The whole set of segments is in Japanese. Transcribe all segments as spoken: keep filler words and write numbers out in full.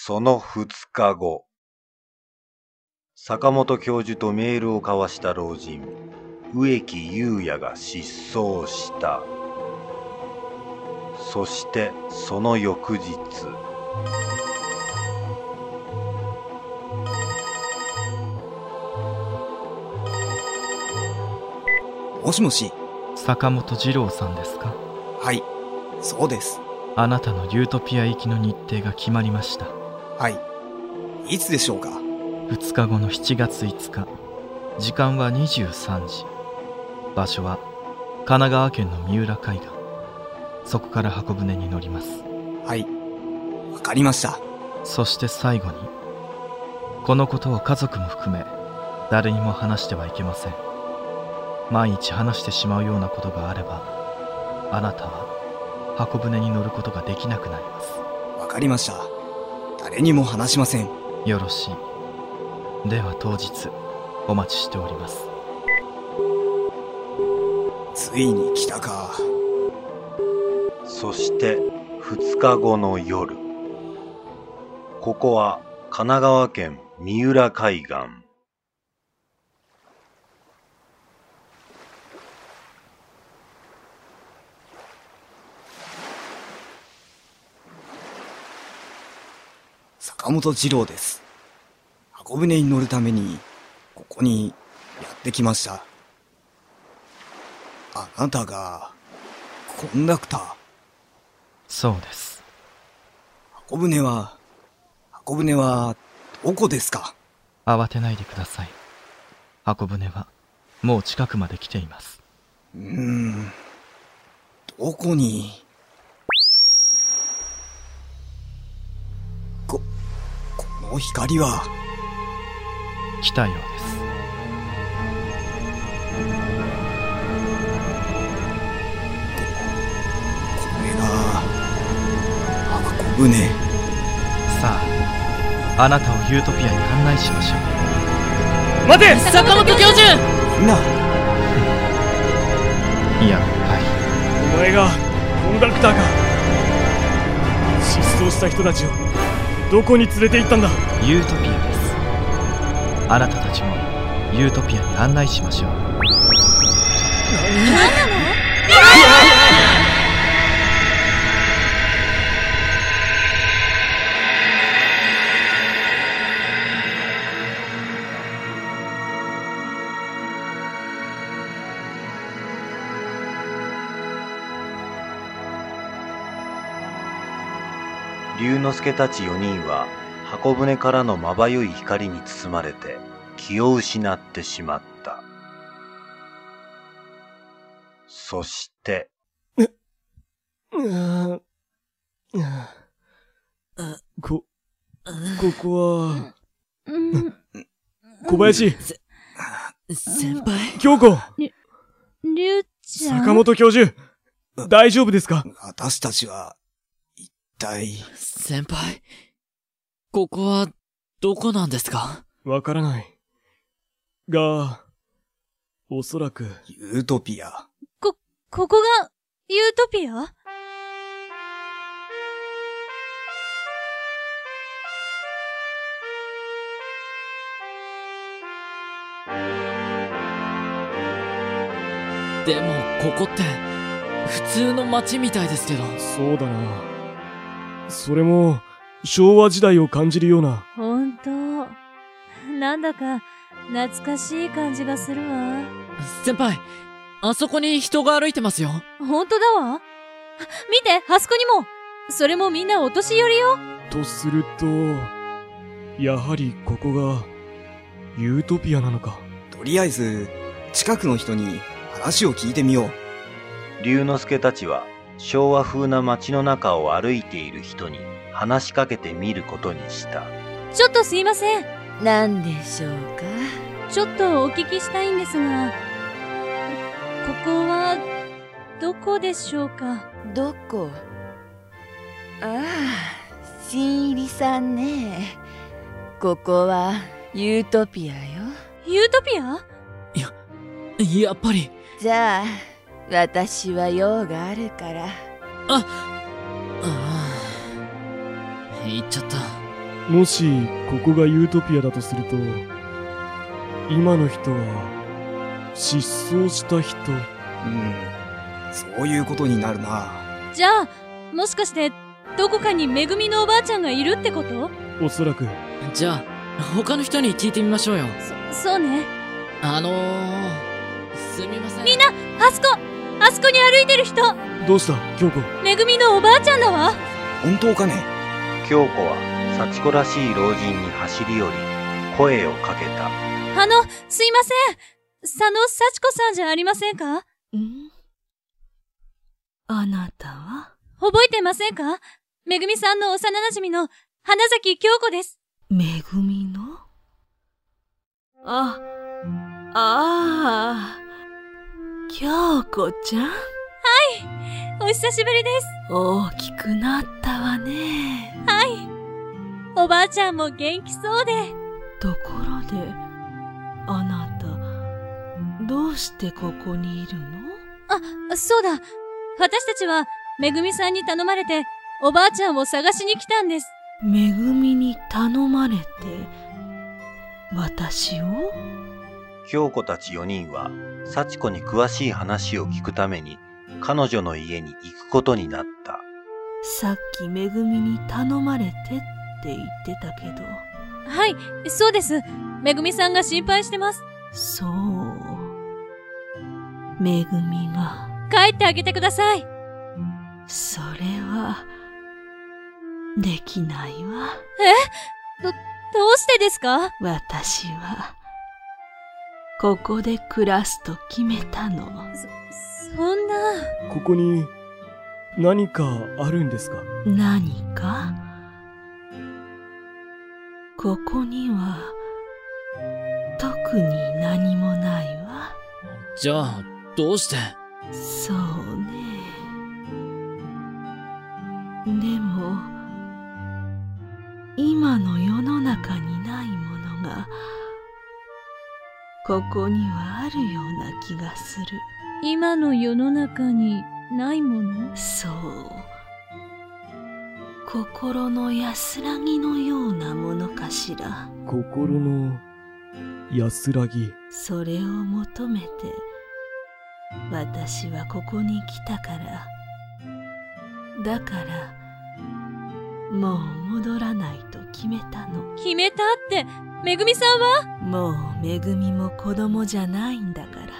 そのふつかご、坂本教授とメールを交わした老人、植木優也が失踪した。そしてその翌日、 もしもし。 坂本二郎さんですか？ はい、そうです。 あなたのユートピア行きの日程が決まりました。 はい、いつでしょうか？ ふつかごのしちがついつか、時間はにじゅうさんじ、場所は神奈川県の三浦海岸。そこから箱舟に乗ります。 はい、わかりました。 そして最後に、このことを家族も含め誰にも話してはいけません。万一話してしまうようなことがあれば、あなたは箱舟に乗ることができなくなります。 わかりました。誰にも話しません。 よろしい。では当日お待ちしております。 ついに来たか。 そしてふつかごの夜、ここは神奈川県三浦海岸。 坂本二郎です。箱舟に乗るためにここにやってきました。あなたがコンダクター？ そうです。 箱舟は箱舟はどこですか？ 慌てないでください。箱舟はもう近くまで来ています。 うーん、どこに？こ、この光は。 来たようです。 こ、これが箱舟。 さあ、あなたをユートピアに案内しましょう。 待て、坂本教授！ みんな。 やっぱりお前がコンダクターか。失踪した人たちをどこに連れて行ったんだ？ ユートピアです。あなたたちもユートピアに案内しましょう。 何？ 何なの？ 龍之介たちよにんは箱舟からのまばゆい光に包まれて気を失ってしまった。そしてこ、ここは小林、 先輩、 京子、 龍ちゃん。 坂本教授、大丈夫ですか？ 私たちは一体。 先輩、ここはどこなんですか？ わからない。が、おそらくユートピア。 こ、ここがユートピア？ でもここって普通の街みたいですけど。 そうだな。それも昭和時代を感じるような。 ほんと、なんだか懐かしい感じがするわ。 先輩、あそこに人が歩いてますよ。 ほんとだわ。見て、あそこにも。それもみんなお年寄りよ。 とすると、やはりここがユートピアなのか。 とりあえず近くの人に話を聞いてみよう。 龍之介たちは昭和風な街の中を歩いている人に話しかけてみることにした。 ちょっとすいません。 何でしょうか？ ちょっとお聞きしたいんですが、ここはどこでしょうか？ どこ？ああ、新入りさんね。ここはユートピアよ。 ユートピア？ いや、やっぱり。 じゃあ私は用があるから。 あ、ああ、言っちゃった。 もしここがユートピアだとすると、今の人は失踪した人。 うん、そういうことになるな。 じゃあ、もしかして、どこかにめぐみのおばあちゃんがいるってこと？ おそらく。 じゃあ、他の人に聞いてみましょうよ。 そ、そうね。 あのー、すみません。 みんな、あそこあそこに歩いてる人。 どうした、京子。 めぐみのおばあちゃんだわ。 本当かね？ 京子は幸子らしい老人に走り寄り、声をかけた。 あの、すいません。佐野幸子さんじゃありませんか？ ん？あなたは？ 覚えてませんか？めぐみさんの幼馴染の花崎京子です。 めぐみの？あ、ああ、京子ちゃん？ はい、お久しぶりです。 大きくなったわね。 はい、おばあちゃんも元気そうで。 ところで、あなた、どうしてここにいるの？ あ、そうだ。私たちは、めぐみさんに頼まれて、おばあちゃんを探しに来たんです。 めぐみに頼まれて、私を？ 京子たちよにんは、幸子に詳しい話を聞くために、彼女の家に行くことになった。 さっきめぐみに頼まれてって言ってたけど。 はい、そうです。めぐみさんが心配してます。 そう。めぐみが。 帰ってあげてください。 それは、できないわ。 え？ど、どうしてですか？ 私は、ここで暮らすと決めたの。 そ、そんな。 ここに、何かあるんですか？ 何か？ここには、特に何もないわ。 じゃあ、どうして？ そうね。でも、今の世の中にないものが、ここにはあるような気がする。 今の世の中にないもの？ そう。心の安らぎのようなものかしら。 心の安らぎ。 それを求めて、私はここに来たから。だから、もう戻らないと決めたの。 決めたって、めぐみさんは？ もうめぐみも子供じゃないんだから。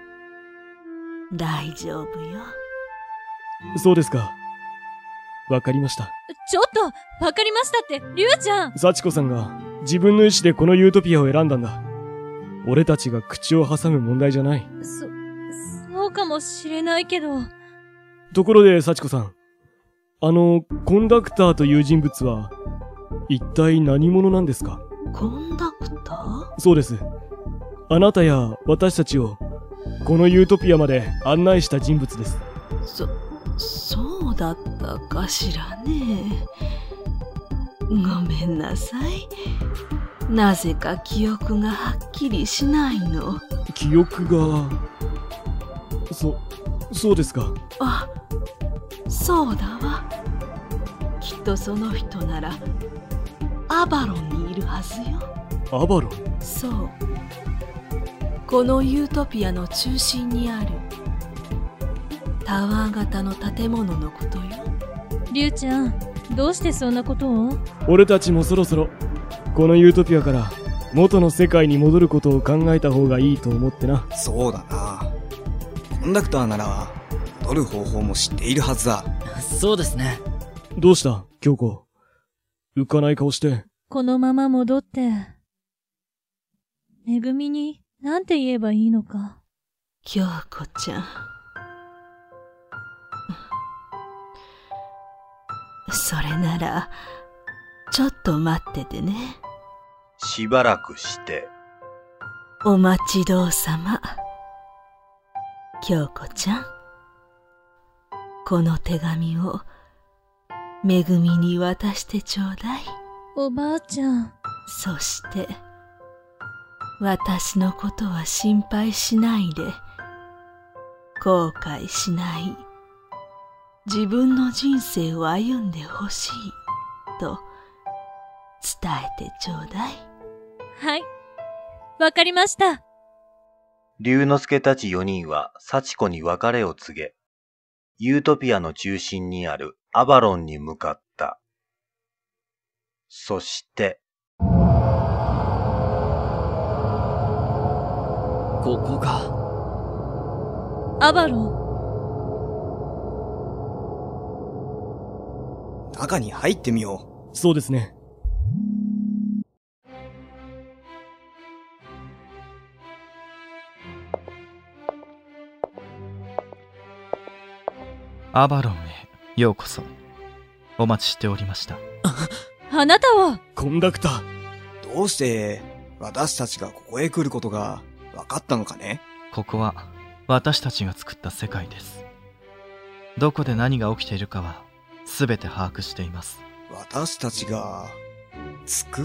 大丈夫よ。 そうですか。わかりました。 ちょっと、わかりましたって、りゅうちゃん。 幸子さんが自分の意思でこのユートピアを選んだんだ。俺たちが口を挟む問題じゃない。 そ、そうかもしれないけど。 ところで幸子さん、あの、コンダクターという人物は、一体何者なんですか？ コンダクター？ そうです。あなたや私たちを、このユートピアまで案内した人物です。 そ、そうだったかしらね。ごめんなさい。なぜか記憶がはっきりしないの。 記憶が、そ、そうですか。 あ、そうだわ。きっとその人ならアバロンにいるはずよ。 アバロン？ そう。このユートピアの中心にあるタワー型の建物のことよ。 りゅうちゃん、どうしてそんなことを？ 俺たちもそろそろこのユートピアから元の世界に戻ることを考えた方がいいと思ってな。 そうだな。コンダクターなら戻る方法も知っているはずだ。 そうですね。 どうした京子、浮かない顔して。 このまま戻って、めぐみになんて言えばいいのか。 京子ちゃん、それならちょっと待っててね。 しばらくして。 お待ちどうさま。京子ちゃん、この手紙をめぐみに渡してちょうだい。 おばあちゃん。 そして私のことは心配しないで、後悔しない自分の人生を歩んでほしいと伝えてちょうだい。 はい。わかりました。 龍之介たちよにんは幸子に別れを告げ、ユートピアの中心にあるアバロンに向かった。そして、 ここがアバロン。中に入ってみよう。そうですね。 アバロンへようこそ。お待ちしておりました。 あなたはコンダクター。 どうして私たちがここへ来ることが分かったのかね？ ここは私たちが作った世界です。どこで何が起きているかは全て把握しています。 私たちが作った？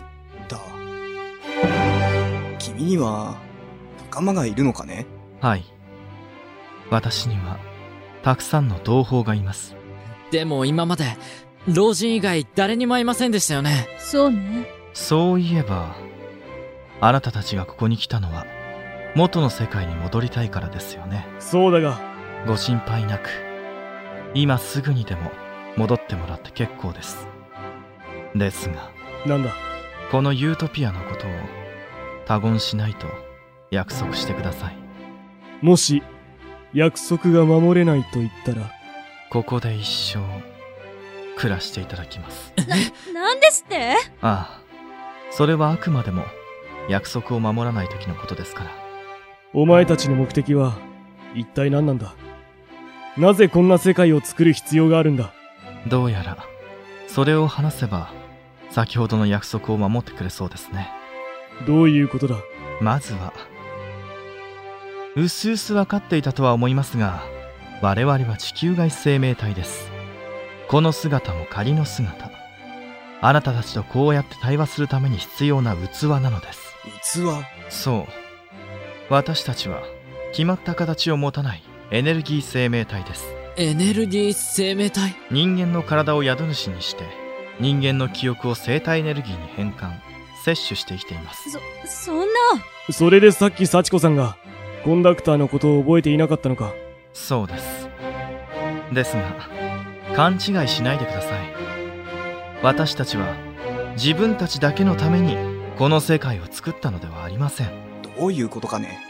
君には仲間がいるのかね？ はい。私にはたくさんの同胞がいます。 でも今まで老人以外誰にもいませんでしたよね。 そうね。 そういえばあなたたちがここに来たのは元の世界に戻りたいからですよね。 そうだがご心配なく今すぐにでも戻ってもらって結構です。ですがなんだ？ このユートピアのことを他言しないと約束してください。 もし約束が守れないと言ったらここで一生暮らしていただきます。 な、なんですって？ ああ、それはあくまでも約束を守らない時のことですから。 お前たちの目的は一体何なんだ？なぜこんな世界を作る必要があるんだ？ どうやらそれを話せば先ほどの約束を守ってくれそうですね。 どういうことだ？ まずはうすうす分かっていたとは思いますが、我々は地球外生命体です。この姿も仮の姿。あなたたちとこうやって対話するために必要な器なのです。 器？ そう。私たちは決まった形を持たないエネルギー生命体です。 エネルギー生命体？ 人間の体を宿主にして人間の記憶を生体エネルギーに変換、摂取して生きています。 そ、そんな。 それでさっき幸子さんがコンダクターのことを覚えていなかったのか？ そうです。ですが勘違いしないでください。私たちは自分たちだけのためにこの世界を作ったのではありません。 どういうことかね？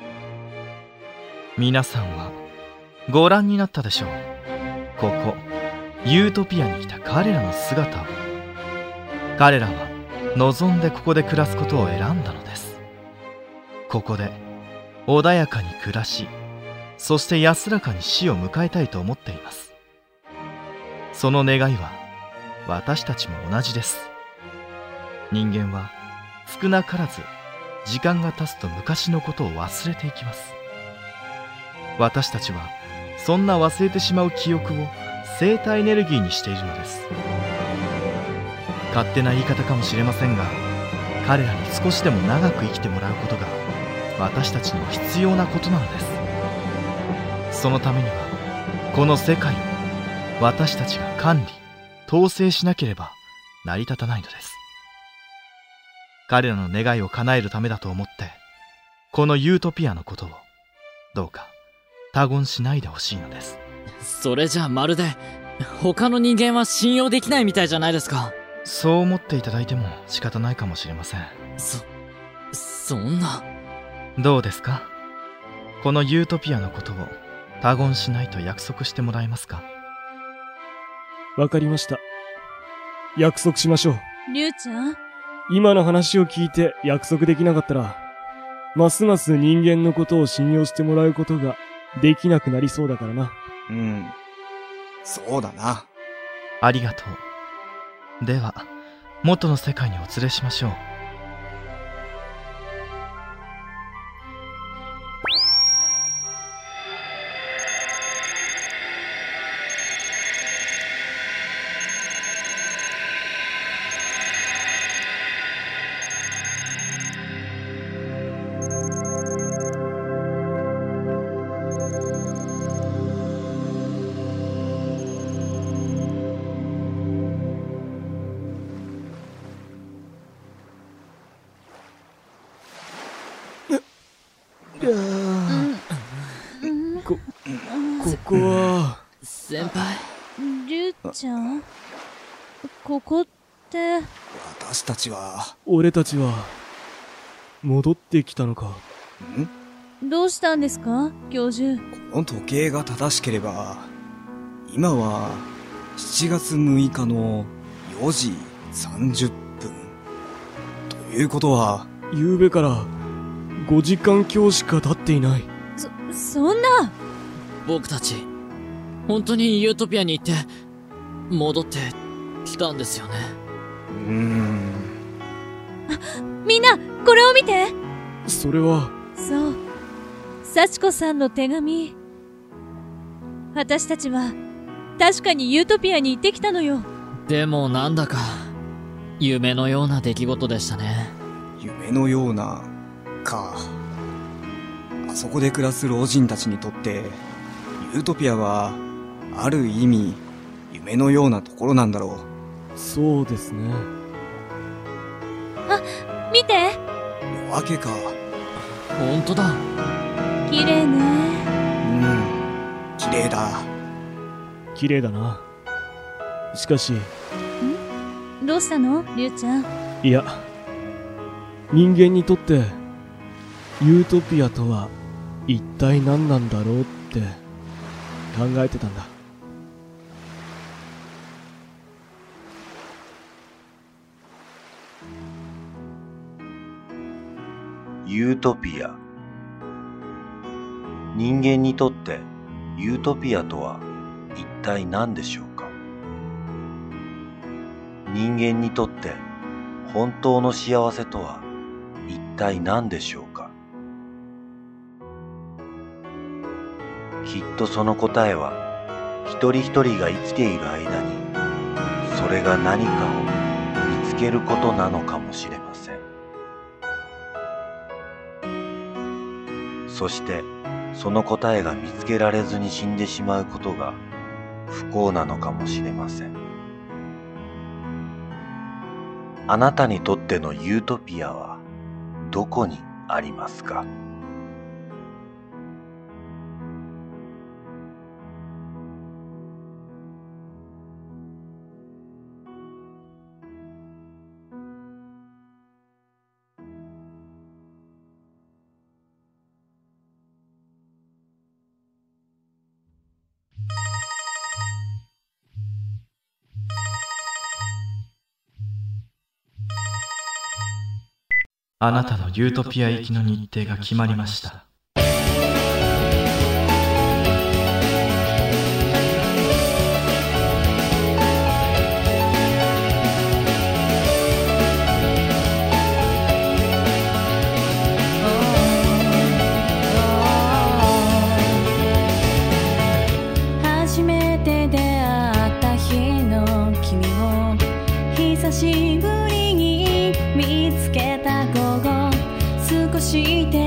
皆さんはご覧になったでしょう。ここユートピアに来た彼らの姿を。彼らは望んでここで暮らすことを選んだのです。ここで穏やかに暮らし、そして安らかに死を迎えたいと思っています。その願いは私たちも同じです。人間は少なからず時間が経つと昔のことを忘れていきます。私たちはそんな忘れてしまう記憶を生体エネルギーにしているのです。勝手な言い方かもしれませんが、彼らに少しでも長く生きてもらうことが私たちにも必要なことなのです。そのためにはこの世界を私たちが管理統制しなければ成り立たないのです。彼らの願いを叶えるためだと思ってこのユートピアのことをどうか他言しないでほしいのです。 それじゃあまるで他の人間は信用できないみたいじゃないですか。 そう思っていただいても仕方ないかもしれません。 そそんな。 どうですか？このユートピアのことを他言しないと約束してもらえますか？ わかりました。約束しましょう。 リュウちゃん、 今の話を聞いて約束できなかったら、ますます人間のことを信用してもらうことができなくなりそうだからな。 うん。そうだな。 ありがとう。では、元の世界にお連れしましょう。 ここは先輩。 りゅうちゃん、ここって。 私たちは俺たちは戻ってきたのか。 ん？どうしたんですか、教授。 この時計が正しければ今はしちがつむいかのよじさんじゅっぷんということは、 昨べからごじかんきょうしか経っていない。 そ、そんな。 僕たち本当にユートピアに行って戻ってきたんですよね。 うーん。 あ、みんなこれを見て。 それは。 そう、幸子さんの手紙。私たちは確かにユートピアに行ってきたのよ。 でもなんだか夢のような出来事でしたね。 夢のようなか。あそこで暮らす老人たちにとってユートピアはある意味夢のようなところなんだろう。そうですね。 あ、見て。 夜明けか。 本当だ。 綺麗ね。 うん、綺麗だ。 綺麗だな。しかし。ん？ どうしたの、りゅうちゃん。 いや、人間にとってユートピアとは一体何なんだろうって考えてたんだ。 ユートピア。人間にとってユートピアとは一体何でしょうか。人間にとって本当の幸せとは一体何でしょうか。きっとその答えは一人一人が生きている間にそれが何かを見つけることなのかもしれません。そしてその答えが見つけられずに死んでしまうことが不幸なのかもしれません。あなたにとってのユートピアはどこにありますか？ あなたのユートピア行きの日程が決まりました。 初めて出会った日の君を久しぶりに見つけた午後、少しで